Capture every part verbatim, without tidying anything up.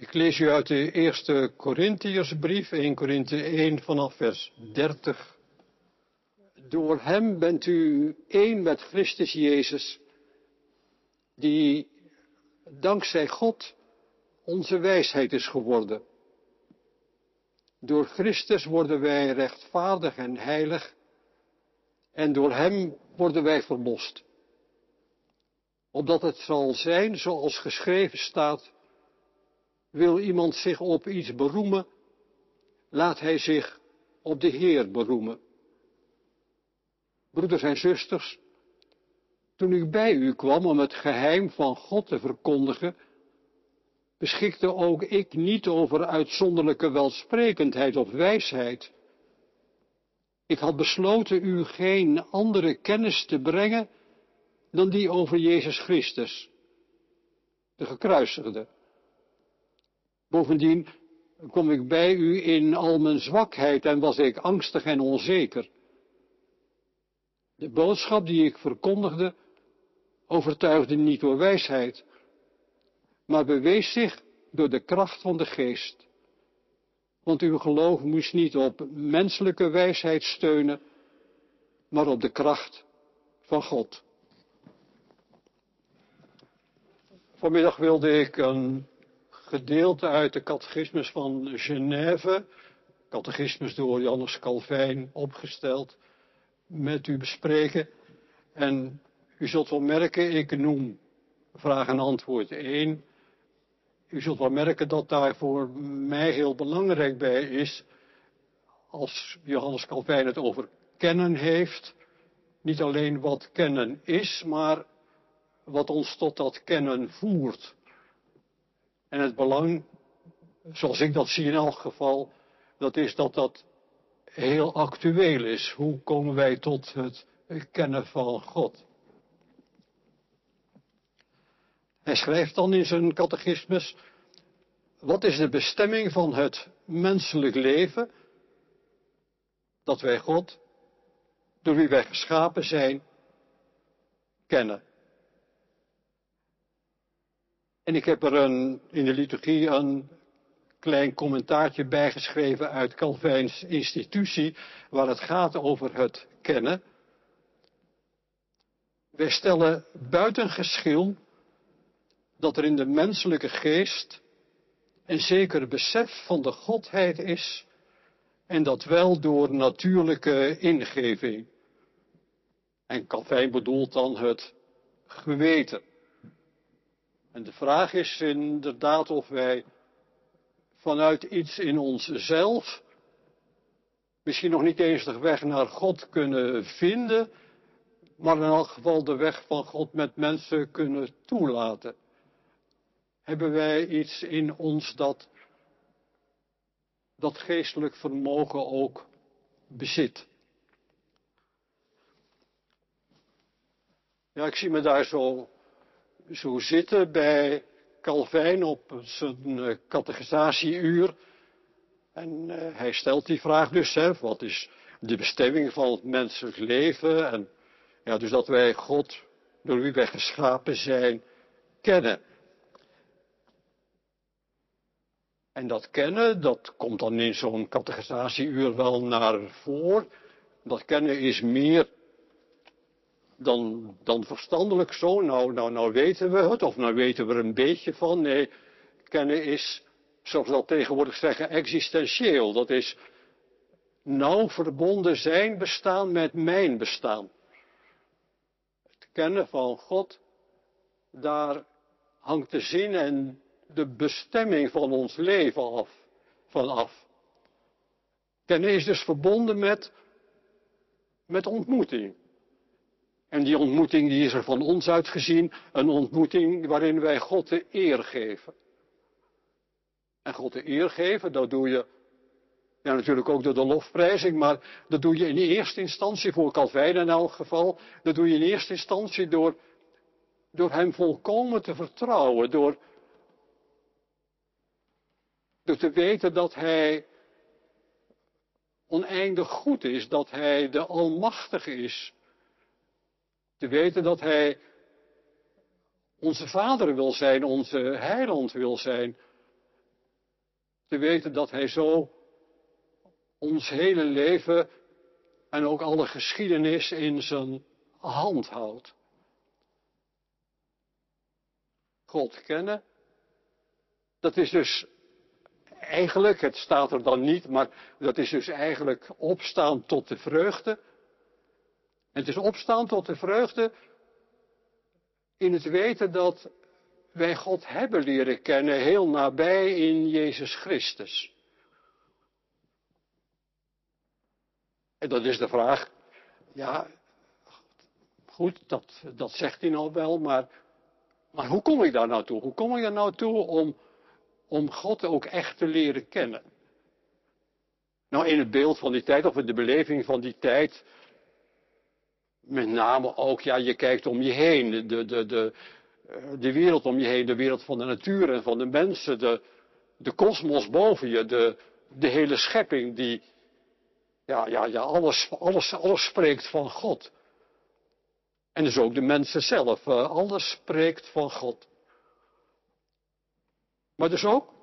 Ik lees u uit de eerste Korintiërsbrief, eerste Korinthe één vanaf vers dertig. Door hem bent u één met Christus Jezus, die dankzij God onze wijsheid is geworden. Door Christus worden wij rechtvaardig en heilig en door hem worden wij verlost. Opdat het zal zijn zoals geschreven staat, wil iemand zich op iets beroemen, laat hij zich op de Heer beroemen. Broeders en zusters, toen ik bij u kwam om het geheim van God te verkondigen, beschikte ook ik niet over uitzonderlijke welsprekendheid of wijsheid. Ik had besloten u geen andere kennis te brengen dan die over Jezus Christus, de gekruisigde. Bovendien kom ik bij u in al mijn zwakheid en was ik angstig en onzeker. De boodschap die ik verkondigde, overtuigde niet door wijsheid, maar bewees zich door de kracht van de geest. Want uw geloof moest niet op menselijke wijsheid steunen, maar op de kracht van God. Vanmiddag wilde ik een gedeelte uit de catechismus van Genève, catechismus door Johannes Calvijn opgesteld, met u bespreken. En u zult wel merken, ik noem vraag en antwoord één. U zult wel merken dat daar voor mij heel belangrijk bij is, als Johannes Calvijn het over kennen heeft, niet alleen wat kennen is, maar wat ons tot dat kennen voert. En het belang, zoals ik dat zie in elk geval, dat is dat dat heel actueel is. Hoe komen wij tot het kennen van God? Hij schrijft dan in zijn catechismus, wat is de bestemming van het menselijk leven? Dat wij God, door wie wij geschapen zijn, kennen. En ik heb er een, in de liturgie een klein commentaartje bijgeschreven uit Calvijns institutie, waar het gaat over het kennen. Wij stellen buiten geschil dat er in de menselijke geest een zeker besef van de Godheid is, en dat wel door natuurlijke ingeving. En Calvijn bedoelt dan het geweten. En de vraag is inderdaad of wij vanuit iets in onszelf misschien nog niet eens de weg naar God kunnen vinden, maar in elk geval de weg van God met mensen kunnen toelaten. Hebben wij iets in ons dat dat geestelijk vermogen ook bezit? Ja, ik zie me daar zo, zo zitten bij Calvijn op zijn catechisatieuur. En uh, hij stelt die vraag dus, hè, wat is de bestemming van het menselijk leven? En ja, dus dat wij God, door wie wij geschapen zijn, kennen. En dat kennen, dat komt dan in zo'n catechisatieuur wel naar voren. Dat kennen is meer dan, dan verstandelijk zo. Nou, nou, nou weten we het, of nou weten we er een beetje van. Nee, kennen is, zoals we dat tegenwoordig zeggen, existentieel. Dat is nauw verbonden zijn bestaan met mijn bestaan. Het kennen van God, daar hangt de zin en de bestemming van ons leven af, vanaf. Kennen is dus verbonden met, met ontmoeting. En die ontmoeting die is er van ons uit gezien, een ontmoeting waarin wij God de eer geven. En God de eer geven, dat doe je, ja natuurlijk ook door de lofprijzing, maar dat doe je in eerste instantie, voor Calvijn in elk geval, dat doe je in eerste instantie door, door hem volkomen te vertrouwen, door, door te weten dat hij oneindig goed is, dat hij de Almachtige is. Te weten dat hij onze Vader wil zijn, onze Heiland wil zijn. Te weten dat hij zo ons hele leven en ook alle geschiedenis in zijn hand houdt. God kennen, dat is dus eigenlijk, het staat er dan niet, maar dat is dus eigenlijk opstaan tot de vreugde. En het is opstaan tot de vreugde in het weten dat wij God hebben leren kennen, heel nabij in Jezus Christus. En dat is de vraag, ja, goed, dat, dat zegt hij nou wel, maar, maar hoe kom ik daar nou toe? Hoe kom ik daar nou toe om, om God ook echt te leren kennen? Nou, in het beeld van die tijd, of in de beleving van die tijd, met name ook, ja, je kijkt om je heen, de, de, de, de wereld om je heen, de wereld van de natuur en van de mensen, de, de kosmos boven je, de, de hele schepping, die, ja, ja, ja, alles, alles, alles spreekt van God. En dus ook de mensen zelf, alles spreekt van God. Maar dus ook,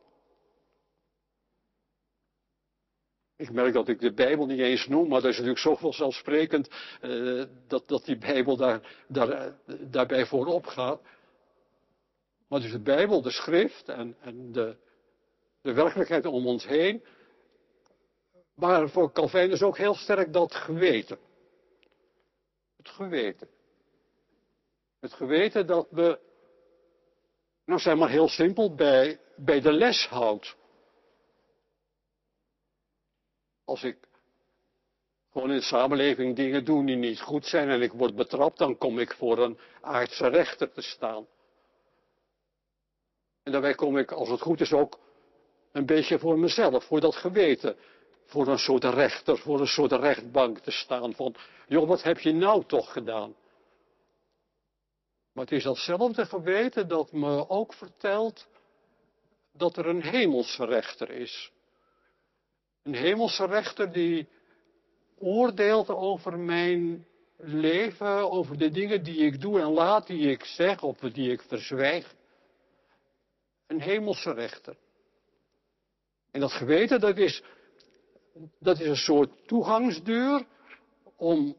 ik merk dat ik de Bijbel niet eens noem, maar dat is natuurlijk zo vanzelfsprekend uh, dat, dat die Bijbel daar, daar, daarbij voorop gaat. Maar dus de Bijbel, de schrift en, en de, de werkelijkheid om ons heen. Maar voor Calvijn is ook heel sterk dat geweten. Het geweten. Het geweten dat we, nou zeg maar heel simpel, bij, bij de les houdt. Als ik gewoon in de samenleving dingen doe die niet goed zijn en ik word betrapt, dan kom ik voor een aardse rechter te staan. En daarbij kom ik, als het goed is, ook een beetje voor mezelf, voor dat geweten. Voor een soort rechter, voor een soort rechtbank te staan van, joh, wat heb je nou toch gedaan? Maar het is datzelfde geweten dat me ook vertelt dat er een hemelse rechter is. Een hemelse rechter die oordeelt over mijn leven, over de dingen die ik doe en laat, die ik zeg of die ik verzwijg. Een hemelse rechter. En dat geweten, dat is, dat is een soort toegangsdeur om,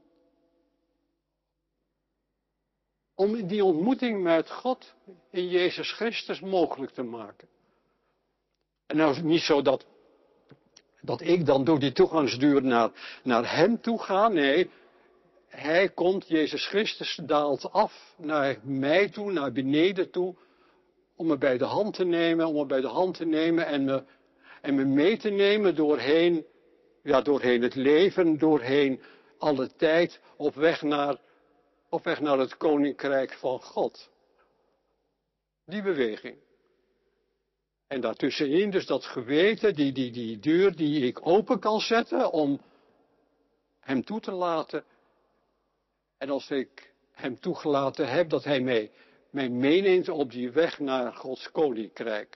om die ontmoeting met God in Jezus Christus mogelijk te maken. En nou is het niet zo dat, dat ik dan door die toegangsdeur naar, naar hem toe ga. Nee, hij komt, Jezus Christus daalt af naar mij toe, naar beneden toe, om me bij de hand te nemen, om me bij de hand te nemen en me, en me mee te nemen doorheen, ja, doorheen het leven, doorheen alle tijd, op weg naar, op weg naar het koninkrijk van God. Die beweging. En daartussenin dus dat geweten, die, die, die deur die ik open kan zetten om hem toe te laten. En als ik hem toegelaten heb, dat hij mij, mij meeneemt op die weg naar Gods koninkrijk.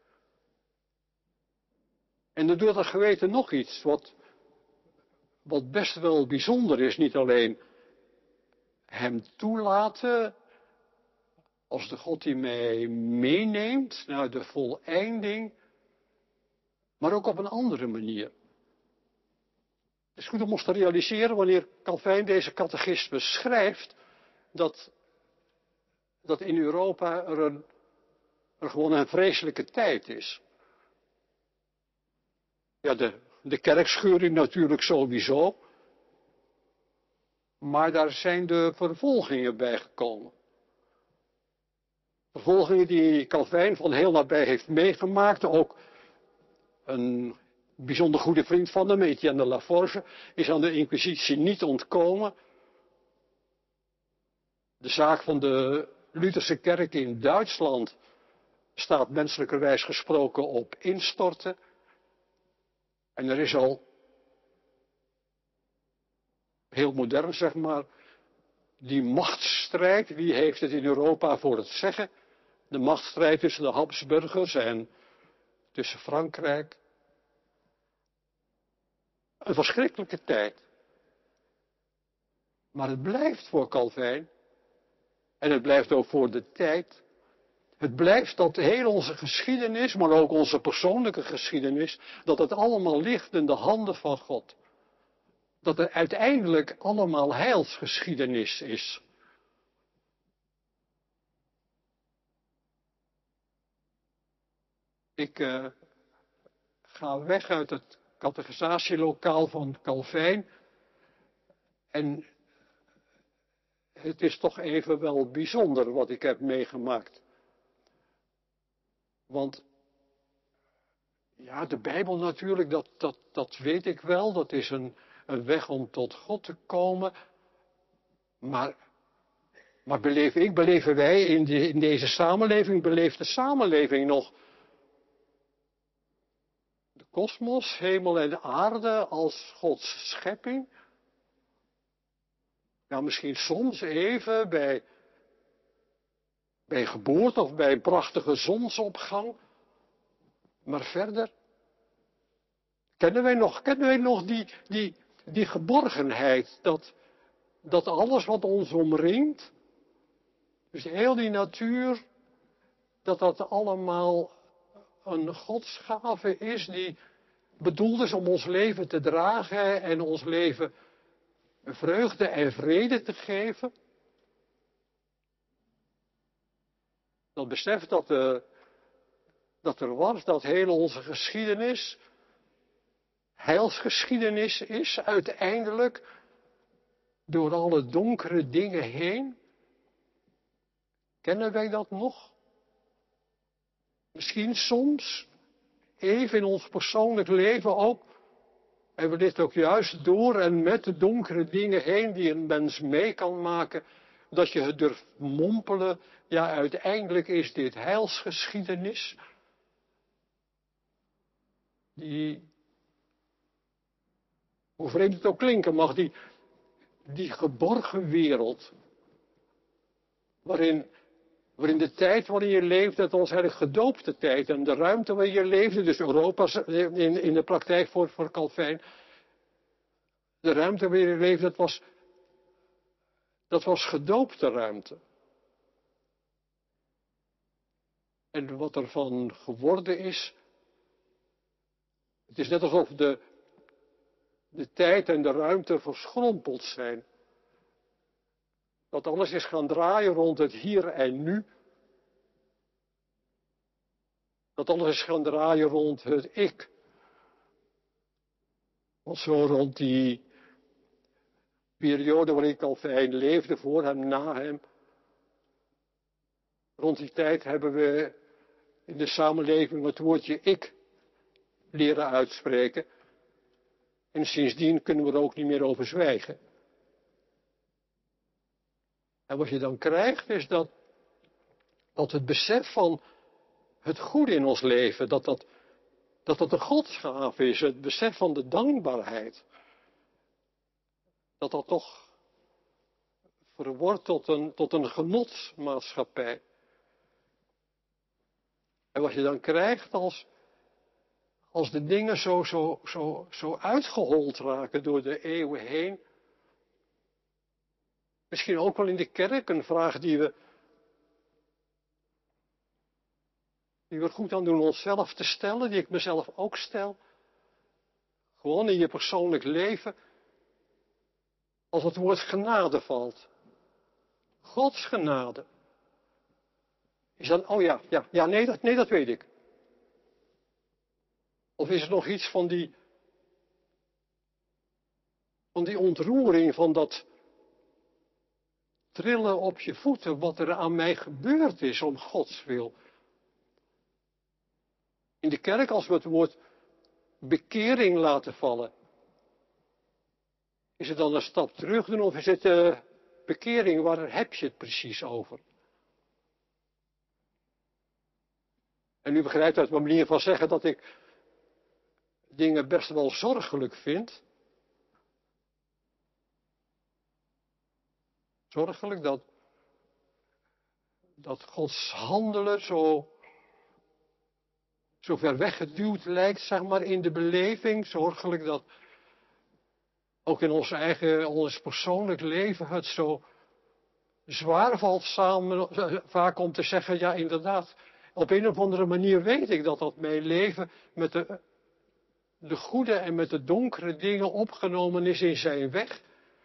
En dan doet dat geweten nog iets wat, wat best wel bijzonder is. Niet alleen hem toelaten als de God die mij meeneemt naar de voleinding, maar ook op een andere manier. Het is goed om ons te realiseren wanneer Calvijn deze catechist beschrijft dat, dat in Europa er, een, er gewoon een vreselijke tijd is. Ja, de, de kerkscheuring natuurlijk sowieso, maar daar zijn de vervolgingen bij gekomen. Vervolgingen die Calvijn van heel nabij heeft meegemaakt. Ook een bijzonder goede vriend van hem, Etienne de La Forge, is aan de inquisitie niet ontkomen. De zaak van de Lutherse kerk in Duitsland staat menselijkerwijs gesproken op instorten. En er is al heel modern, zeg maar, die machtsstrijd. Wie heeft het in Europa voor het zeggen? De machtsstrijd tussen de Habsburgers en tussen Frankrijk. Een verschrikkelijke tijd. Maar het blijft voor Calvijn, en het blijft ook voor de tijd, Het blijft dat heel onze geschiedenis, maar ook onze persoonlijke geschiedenis, dat het allemaal ligt in de handen van God. Dat het uiteindelijk allemaal heilsgeschiedenis is. Ik uh, ga weg uit het catechisatielokaal van Calvijn. En het is toch even wel bijzonder wat ik heb meegemaakt. Want ja, de Bijbel natuurlijk, dat, dat, dat weet ik wel. Dat is een, een weg om tot God te komen. Maar, maar beleef ik, beleven wij in, de, in deze samenleving, beleeft de samenleving nog de kosmos, hemel en aarde als Gods schepping? Ja, misschien soms even bij, bij geboorte of bij een prachtige zonsopgang. Maar verder, kennen wij nog, kennen wij nog die, die, die geborgenheid, dat, dat alles wat ons omringt, dus heel die natuur, dat dat allemaal een godsgave is die bedoeld is om ons leven te dragen en ons leven vreugde en vrede te geven. Dat besef dat, de, dat er was, dat heel onze geschiedenis heilsgeschiedenis is, uiteindelijk door alle donkere dingen heen. Kennen wij dat nog? Misschien soms, even in ons persoonlijk leven ook, en we dit ook juist door en met de donkere dingen heen die een mens mee kan maken, dat je het durft mompelen, ja uiteindelijk is dit heilsgeschiedenis, die, hoe vreemd het ook klinken mag, die, die geborgen wereld, waarin, waarin de tijd waarin je leeft, dat was eigenlijk gedoopte tijd, en de ruimte waarin je leefde, dus Europa in, in de praktijk voor, voor Calvijn, de ruimte waarin je leefde, dat was, dat was gedoopte ruimte. En wat er van geworden is, het is net alsof de, de tijd en de ruimte verschrompeld zijn. Dat alles is gaan draaien rond het hier en nu. Dat alles is gaan draaien rond het ik. Want zo rond die periode waarin Calvijn leefde, voor hem, na hem. Rond die tijd hebben we in de samenleving het woordje ik leren uitspreken. En sindsdien kunnen we er ook niet meer over zwijgen. En wat je dan krijgt is dat, dat het besef van het goede in ons leven, dat dat, dat dat een godsgave is, het besef van de dankbaarheid, dat dat toch verwordt tot een, tot een genotsmaatschappij. En wat je dan krijgt als, als de dingen zo, zo, zo, zo uitgehold raken door de eeuwen heen, misschien ook wel in de kerk, een vraag die we, die we goed aan doen onszelf te stellen, die ik mezelf ook stel. Gewoon in je persoonlijk leven. Als het woord genade valt. Gods genade. Is dan, oh ja, ja, ja, nee dat, nee, dat weet ik. Of is er nog iets van die, van die ontroering, van dat trillen op je voeten, wat er aan mij gebeurd is om Gods wil. In de kerk, als we het woord bekering laten vallen, is het dan een stap terug doen of is het uh, bekering, waar heb je het precies over? En u begrijpt uit mijn manier van zeggen dat ik dingen best wel zorgelijk vind. Zorgelijk dat, dat Gods handelen zo, zo ver weggeduwd lijkt, zeg maar, in de beleving. Zorgelijk dat ook in ons eigen, ons persoonlijk leven het zo, zwaar valt samen, vaak om te zeggen, ja inderdaad, op een of andere manier weet ik dat dat mijn leven met de, de goede en met de donkere dingen opgenomen is in zijn weg.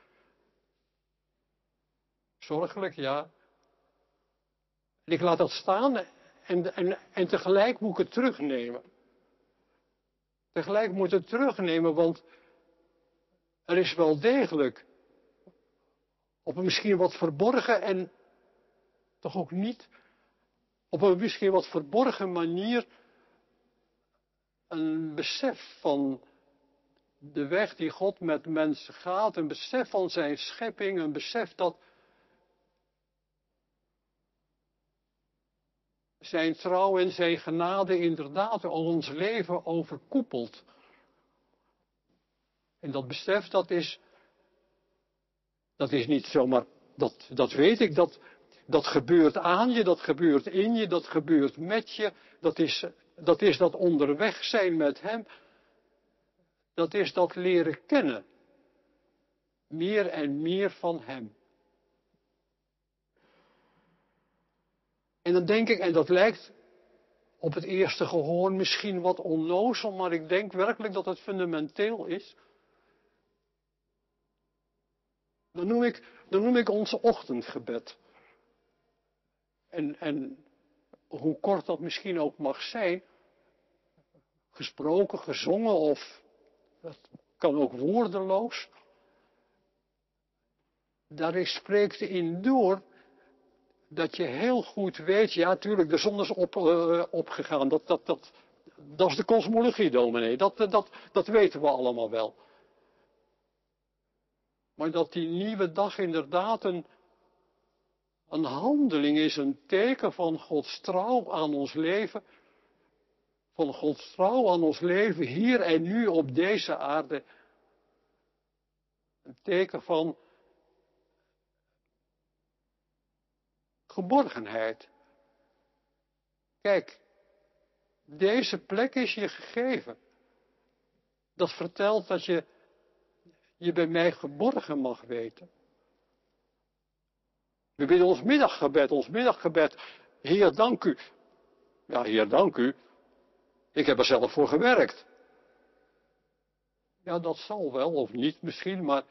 Zorgelijk, ja. En ik laat dat staan en, en, en tegelijk moet ik het terugnemen. Tegelijk moet ik het terugnemen, want er is wel degelijk op een misschien wat verborgen en toch ook niet, op een misschien wat verborgen manier een besef van de weg die God met mensen gaat, een besef van zijn schepping, een besef dat zijn trouw en zijn genade inderdaad ons leven overkoepelt. En dat besef, dat is, dat is niet zomaar, dat, dat weet ik, dat, dat gebeurt aan je, dat gebeurt in je, dat gebeurt met je, dat is, dat is dat onderweg zijn met hem, dat is dat leren kennen. Meer en meer van hem. En dan denk ik, en dat lijkt op het eerste gehoor misschien wat onnozel, maar ik denk werkelijk dat het fundamenteel is. Dan noem ik, dan noem ik ons ochtendgebed. En, en hoe kort dat misschien ook mag zijn, gesproken, gezongen of dat kan ook woordeloos. Daar spreekt in door dat je heel goed weet, ja tuurlijk, de zon is op, uh, opgegaan, dat, dat, dat, dat is de kosmologie, dominee, dat, dat, dat weten we allemaal wel. Maar dat die nieuwe dag inderdaad een, een handeling is, een teken van Gods trouw aan ons leven, van Gods trouw aan ons leven hier en nu op deze aarde. Een teken van geborgenheid. Kijk, deze plek is je gegeven. Dat vertelt dat je je bij mij geborgen mag weten. We bidden ons middaggebed, ons middaggebed. Heer, dank u. Ja, Heer, dank u. Ik heb er zelf voor gewerkt. Ja, dat zal wel, of niet misschien, maar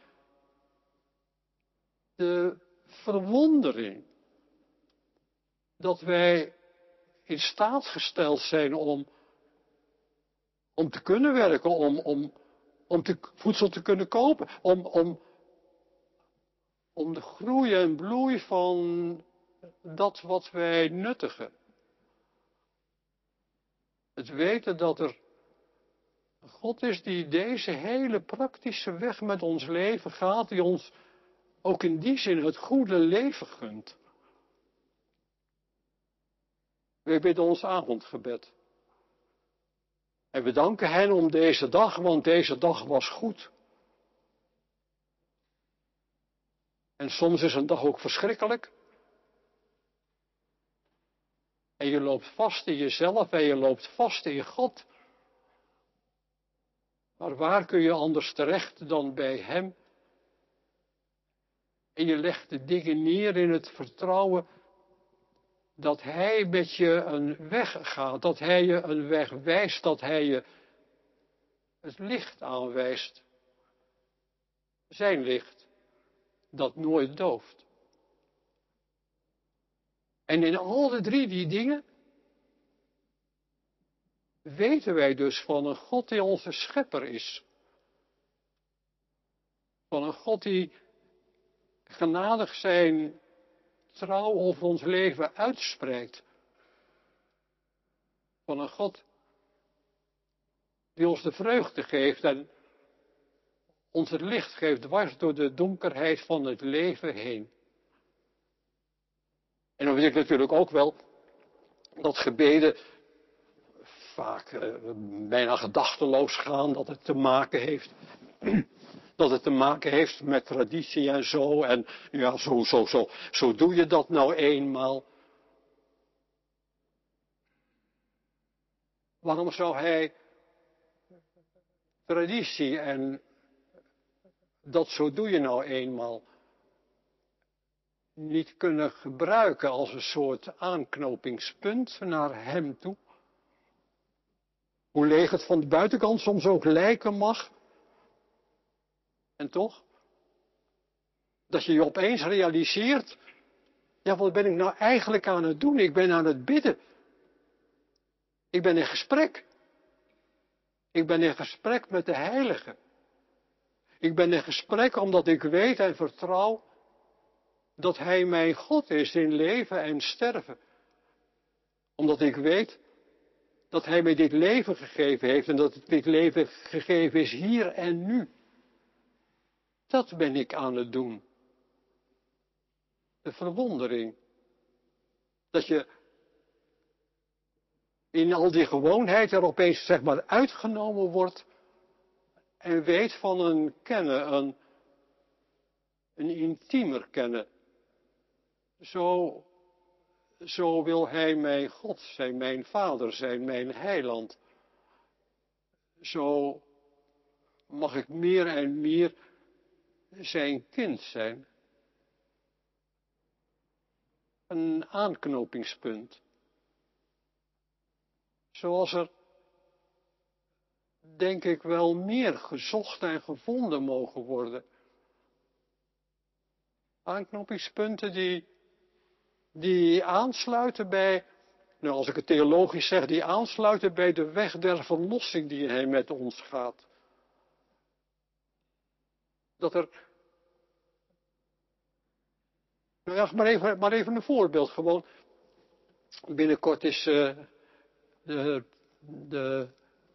de verwondering dat wij in staat gesteld zijn om, om te kunnen werken, om, om, om te, voedsel te kunnen kopen, om, om, om de groei en bloei van dat wat wij nuttigen. Het weten dat er een God is die deze hele praktische weg met ons leven gaat, die ons ook in die zin het goede leven gunt. We bidden ons avondgebed. En we danken hen om deze dag, want deze dag was goed. En soms is een dag ook verschrikkelijk. En je loopt vast in jezelf en je loopt vast in God. Maar waar kun je anders terecht dan bij hem? En je legt de dingen neer in het vertrouwen dat hij met je een weg gaat, dat hij je een weg wijst, dat hij je het licht aanwijst. Zijn licht, dat nooit dooft. En in al de drie die dingen weten wij dus van een God die onze schepper is. Van een God die genadig zijn trouw over ons leven uitspreekt. Van een God die ons de vreugde geeft en ons het licht geeft dwars door de donkerheid van het leven heen. En dan weet ik natuurlijk ook wel dat gebeden vaak uh, bijna gedachteloos gaan, dat het te maken heeft, dat het te maken heeft met traditie en zo. En ja, zo, zo, zo, zo doe je dat nou eenmaal. Waarom zou hij traditie en dat zo doe je nou eenmaal niet kunnen gebruiken als een soort aanknopingspunt naar hem toe. Hoe leeg het van de buitenkant soms ook lijken mag. En toch, dat je je opeens realiseert, ja, wat ben ik nou eigenlijk aan het doen? Ik ben aan het bidden. Ik ben in gesprek. Ik ben in gesprek met de Heilige. Ik ben in gesprek omdat ik weet en vertrouw dat Hij mijn God is in leven en sterven. Omdat ik weet dat Hij mij dit leven gegeven heeft en dat dit leven gegeven is hier en nu. Dat ben ik aan het doen. De verwondering. Dat je in al die gewoonheid er opeens zeg maar uitgenomen wordt en weet van een kennen, een, een intiemer kennen. Zo, zo wil Hij mijn God zijn, mijn Vader zijn, mijn Heiland. Zo mag ik meer en meer zijn kind zijn. Een aanknopingspunt. Zoals er, denk ik, wel meer gezocht en gevonden mogen worden. Aanknopingspunten die, die aansluiten bij, nou als ik het theologisch zeg, die aansluiten bij de weg der verlossing die Hij met ons gaat. Dat er, nou ja, maar even, maar even een voorbeeld gewoon. Binnenkort is uh, de, de,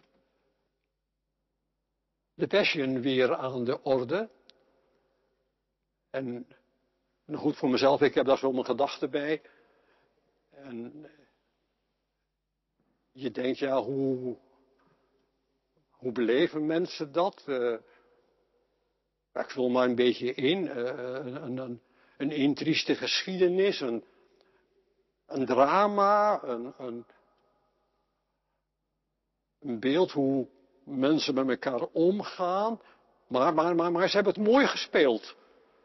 de Passion weer aan de orde. En nou goed voor mezelf, ik heb daar zo mijn gedachten bij. En je denkt, ja, hoe, hoe beleven mensen dat? Uh, ik vul maar een beetje in. Uh, een, een, een intrieste geschiedenis, een, een drama, een, een, een beeld hoe mensen met elkaar omgaan. Maar, maar, maar, maar ze hebben het mooi gespeeld.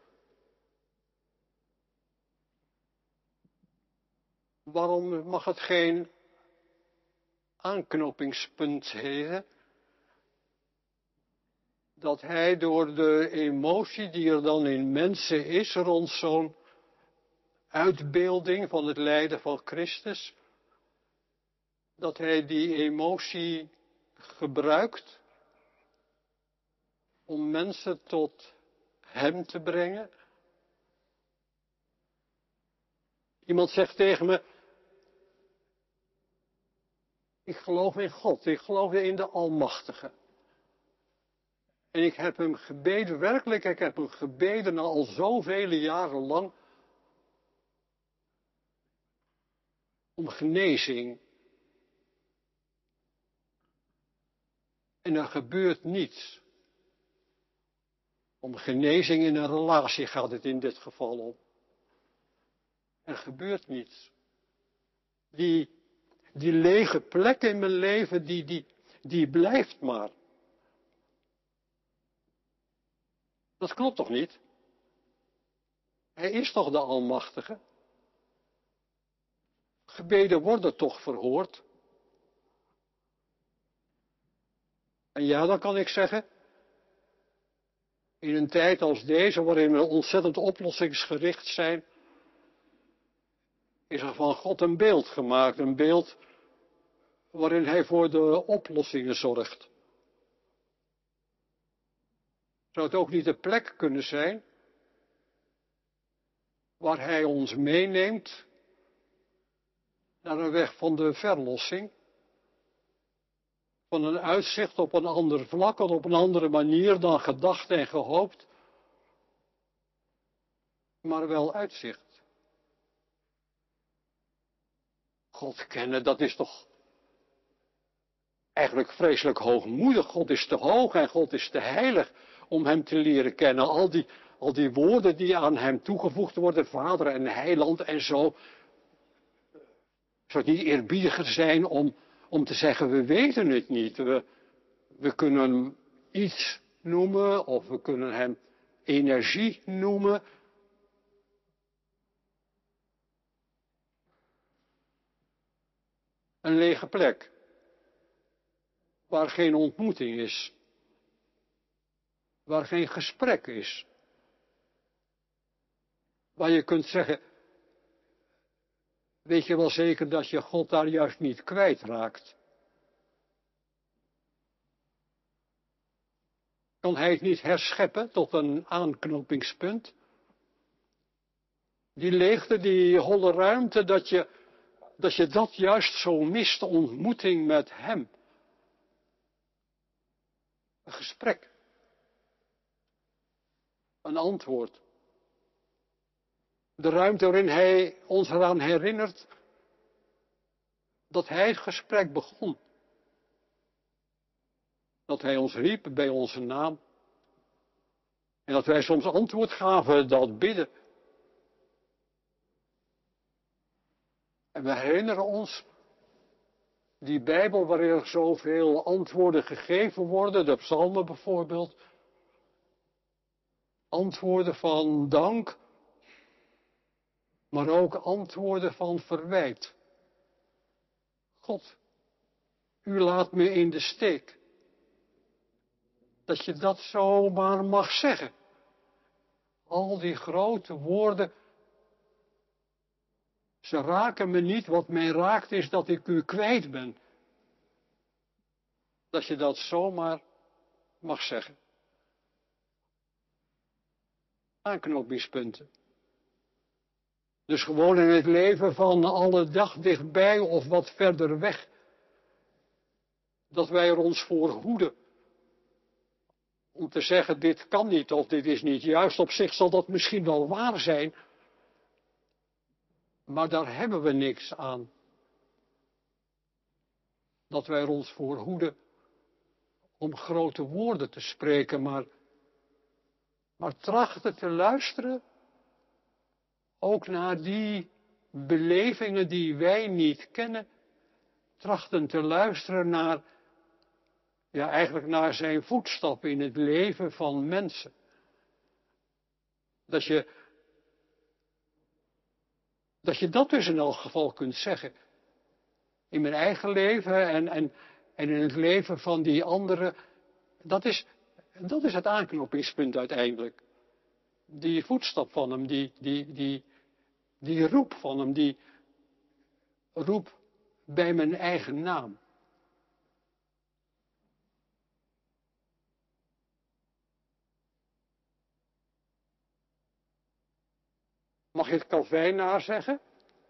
Waarom mag het geen aanknopingspunt heten? Dat Hij door de emotie die er dan in mensen is rond zo'n uitbeelding van het lijden van Christus, dat Hij die emotie gebruikt om mensen tot Hem te brengen. Iemand zegt tegen me, ik geloof in God, ik geloof in de Almachtige. En ik heb hem gebeden, werkelijk, ik heb hem gebeden al zoveel jaren lang om genezing. En er gebeurt niets. Om genezing in een relatie gaat het in dit geval om. Er gebeurt niets. Die, die lege plek in mijn leven, die, die, die blijft maar. Dat klopt toch niet? Hij is toch de Almachtige? Gebeden worden toch verhoord? En ja, dan kan ik zeggen, in een tijd als deze, waarin we ontzettend oplossingsgericht zijn, is er van God een beeld gemaakt, een beeld waarin Hij voor de oplossingen zorgt. Zou het ook niet de plek kunnen zijn waar Hij ons meeneemt naar een weg van de verlossing? Van een uitzicht op een ander vlak en op een andere manier dan gedacht en gehoopt, maar wel uitzicht. God kennen, dat is toch eigenlijk vreselijk hoogmoedig. God is te hoog en God is te heilig om Hem te leren kennen. Al die, al die woorden die aan Hem toegevoegd worden, Vader en Heiland en zo. Zou het niet eerbiediger zijn om, om te zeggen, we weten het niet. We, we kunnen Hem iets noemen of we kunnen Hem energie noemen. Een lege plek. Waar geen ontmoeting is. Waar geen gesprek is. Waar je kunt zeggen, weet je wel zeker dat je God daar juist niet kwijtraakt? Kan hij het niet herscheppen tot een aanknopingspunt? Die leegte, die holle ruimte, dat je, dat je dat juist zo mist, de ontmoeting met hem. Een gesprek. Een antwoord. De ruimte waarin hij ons eraan herinnert dat hij het gesprek begon. Dat hij ons riep bij onze naam. En dat wij soms antwoord gaven, dat bidden. En we herinneren ons die Bijbel waarin er zoveel antwoorden gegeven worden, de psalmen bijvoorbeeld. Antwoorden van dank, maar ook antwoorden van verwijt. God, u laat me in de steek. Dat je dat zomaar mag zeggen. Al die grote woorden, ze raken me niet. Wat mij raakt is dat ik u kwijt ben. Dat je dat zomaar mag zeggen. Aanknopingspunten. Dus gewoon in het leven van alle dag dichtbij of wat verder weg. Dat wij er ons voor hoeden. Om te zeggen, dit kan niet of dit is niet juist. Op zich zal dat misschien wel waar zijn. Maar daar hebben we niks aan. Dat wij er ons voor hoeden om grote woorden te spreken, maar, maar trachten te luisteren ook naar die belevingen die wij niet kennen. Trachten te luisteren naar, ja eigenlijk naar zijn voetstappen in het leven van mensen. Dat je, dat je dat dus in elk geval kunt zeggen. In mijn eigen leven en, en, en in het leven van die anderen. Dat is, dat is het aanknopingspunt uiteindelijk. Die voetstap van hem, die, die, die, die roep van hem, die roep bij mijn eigen naam. Mag je het Calvijn nazeggen?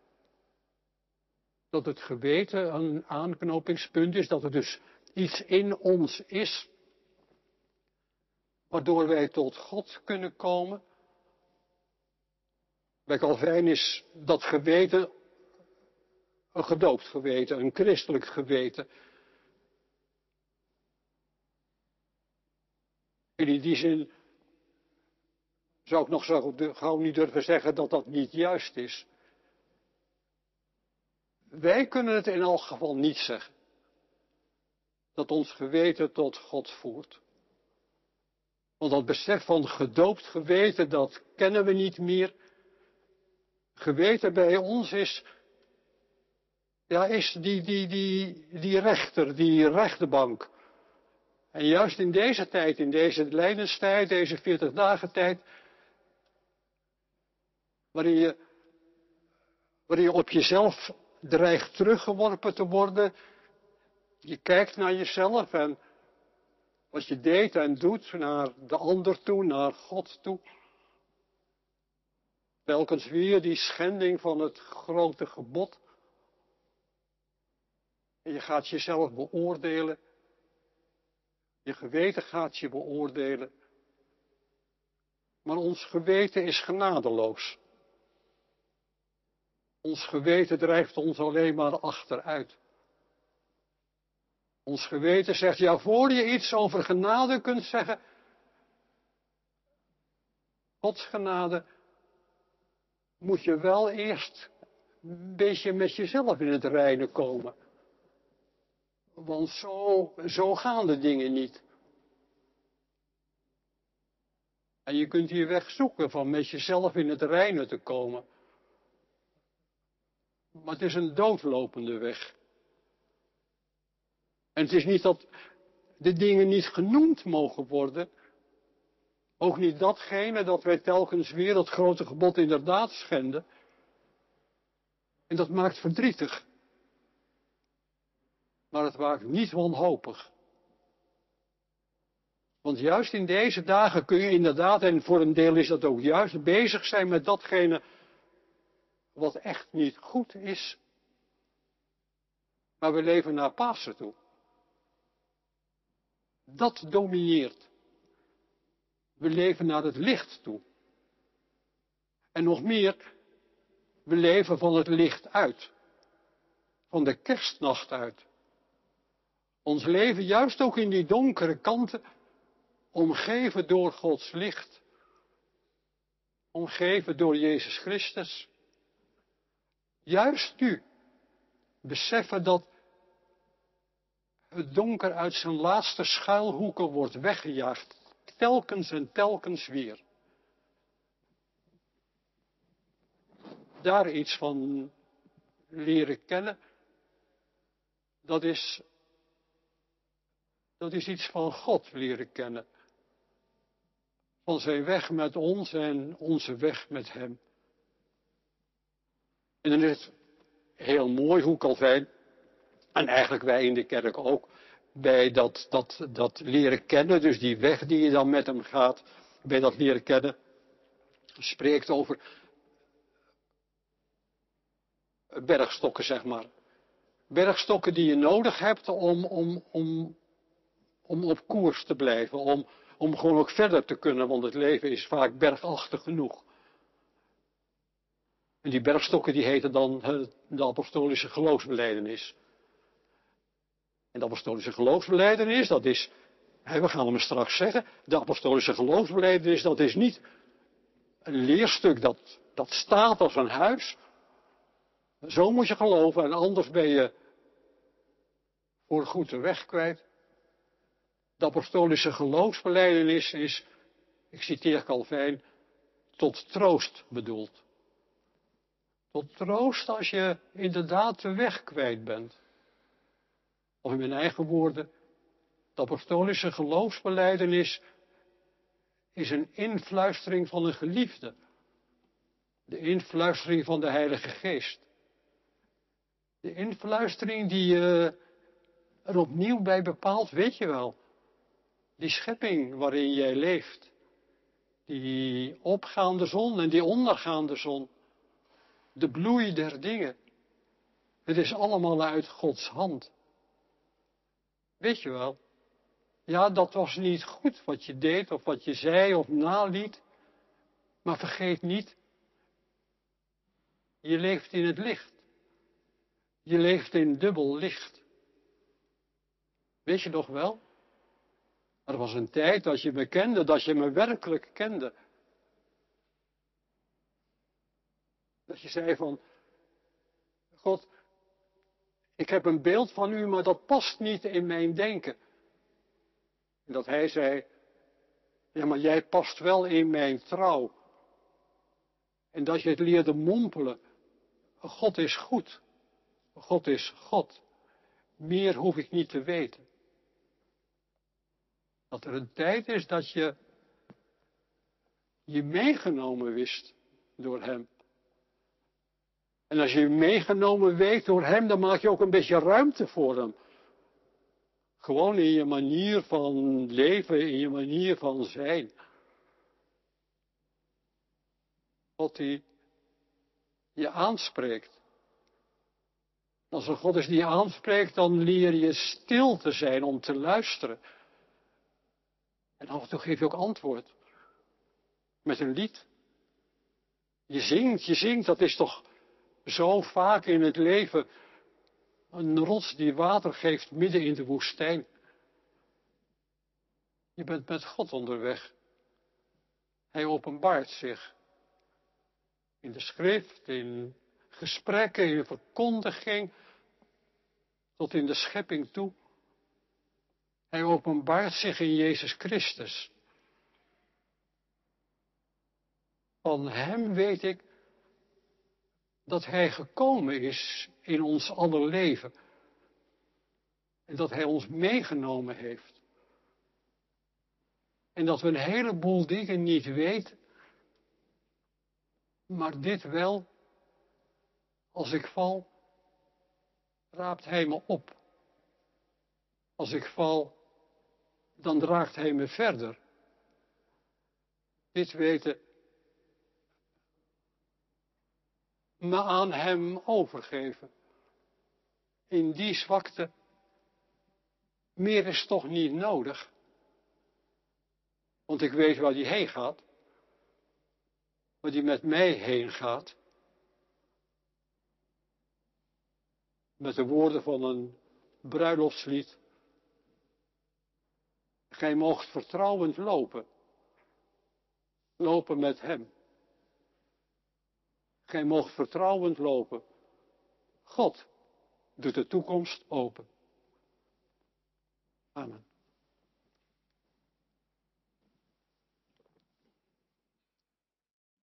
Dat het geweten een aanknopingspunt is, dat er dus iets in ons is, waardoor wij tot God kunnen komen. Bij Calvijn is dat geweten een gedoopt geweten, een christelijk geweten. En in die zin zou ik nog zo gauw niet durven zeggen dat dat niet juist is. Wij kunnen het in elk geval niet zeggen. Dat ons geweten tot God voert. Want dat besef van gedoopt geweten, dat kennen we niet meer. Geweten bij ons is, ja, is die, die, die, die rechter, die rechterbank. En juist in deze tijd, in deze lijdenstijd, deze veertig dagen tijd, waarin je, waarin je op jezelf dreigt teruggeworpen te worden. Je kijkt naar jezelf en wat je deed en doet naar de ander toe, naar God toe. Telkens weer die schending van het grote gebod. En je gaat jezelf beoordelen. Je geweten gaat je beoordelen. Maar ons geweten is genadeloos. Ons geweten drijft ons alleen maar achteruit. Ons geweten zegt, ja, voor je iets over genade kunt zeggen, Gods genade, moet je wel eerst een beetje met jezelf in het reine komen. Want zo, zo gaan de dingen niet. En je kunt hier weg zoeken van met jezelf in het reine te komen. Maar het is een doodlopende weg. En het is niet dat de dingen niet genoemd mogen worden. Ook niet datgene dat wij telkens weer dat grote gebod inderdaad schenden. En dat maakt verdrietig. Maar het maakt niet wanhopig. Want juist in deze dagen kun je inderdaad, en voor een deel is dat ook juist, bezig zijn met datgene wat echt niet goed is. Maar we leven naar Pasen toe. Dat domineert. We leven naar het licht toe. En nog meer, we leven van het licht uit. Van de kerstnacht uit. Ons leven juist ook in die donkere kanten, omgeven door Gods licht. Omgeven door Jezus Christus. Juist nu beseffen dat het donker uit zijn laatste schuilhoeken wordt weggejaagd. Telkens en telkens weer. Daar iets van leren kennen, dat is, dat is iets van God leren kennen. Van zijn weg met ons en onze weg met hem. En dan is het heel mooi hoe Calvijn, en eigenlijk wij in de kerk ook, bij dat, dat, dat leren kennen, dus die weg die je dan met hem gaat, bij dat leren kennen, spreekt over bergstokken, zeg maar. Bergstokken die je nodig hebt om, om, om, om op koers te blijven, om, om gewoon ook verder te kunnen, want het leven is vaak bergachtig genoeg. En die bergstokken die heten dan de apostolische geloofsbelijdenis. En de apostolische geloofsbelijdenis, dat is, we gaan hem straks zeggen, de apostolische geloofsbelijdenis, dat is niet een leerstuk dat, dat staat als een huis. Zo moet je geloven en anders ben je voor goed de weg kwijt. De apostolische geloofsbelijdenis is, ik citeer Calvijn, tot troost bedoeld. Tot troost als je inderdaad de weg kwijt bent. Of in mijn eigen woorden, de apostolische geloofsbelijdenis is een influistering van een geliefde. De influistering van de Heilige Geest. De influistering die je er opnieuw bij bepaalt, weet je wel. Die schepping waarin jij leeft. Die opgaande zon en die ondergaande zon. De bloei der dingen. Het is allemaal uit Gods hand. Weet je wel. Ja, dat was niet goed wat je deed of wat je zei of naliet. Maar vergeet niet. Je leeft in het licht. Je leeft in dubbel licht. Weet je nog wel? Er was een tijd dat je me kende, dat je me werkelijk kende. Dat je zei van, God, ik heb een beeld van u, maar dat past niet in mijn denken. En dat hij zei, ja, maar jij past wel in mijn trouw. En dat je het leerde mompelen, God is goed. God is God. Meer hoef ik niet te weten. Dat er een tijd is dat je je meegenomen wist door hem. En als je je meegenomen weet door hem, dan maak je ook een beetje ruimte voor hem. Gewoon in je manier van leven, in je manier van zijn. God die je aanspreekt. Als er God is die je aanspreekt, dan leer je stil te zijn om te luisteren. En af en toe geef je ook antwoord. Met een lied. Je zingt, je zingt, dat is toch zo vaak in het leven een rots die water geeft midden in de woestijn. Je bent met God onderweg. Hij openbaart zich. In de schrift, in gesprekken, in verkondiging, tot in de schepping toe. Hij openbaart zich in Jezus Christus. Van hem weet ik dat hij gekomen is in ons aller leven. En dat hij ons meegenomen heeft. En dat we een heleboel dingen niet weten. Maar dit wel. Als ik val, raapt hij me op. Als ik val, dan draagt hij me verder. Dit weten, me aan hem overgeven. In die zwakte, meer is toch niet nodig. Want ik weet waar hij heen gaat. Waar hij met mij heen gaat. Met de woorden van een bruiloftslied. Gij moogt vertrouwend lopen. Lopen met hem. Gij moogt vertrouwend lopen. God doet de toekomst open. Amen.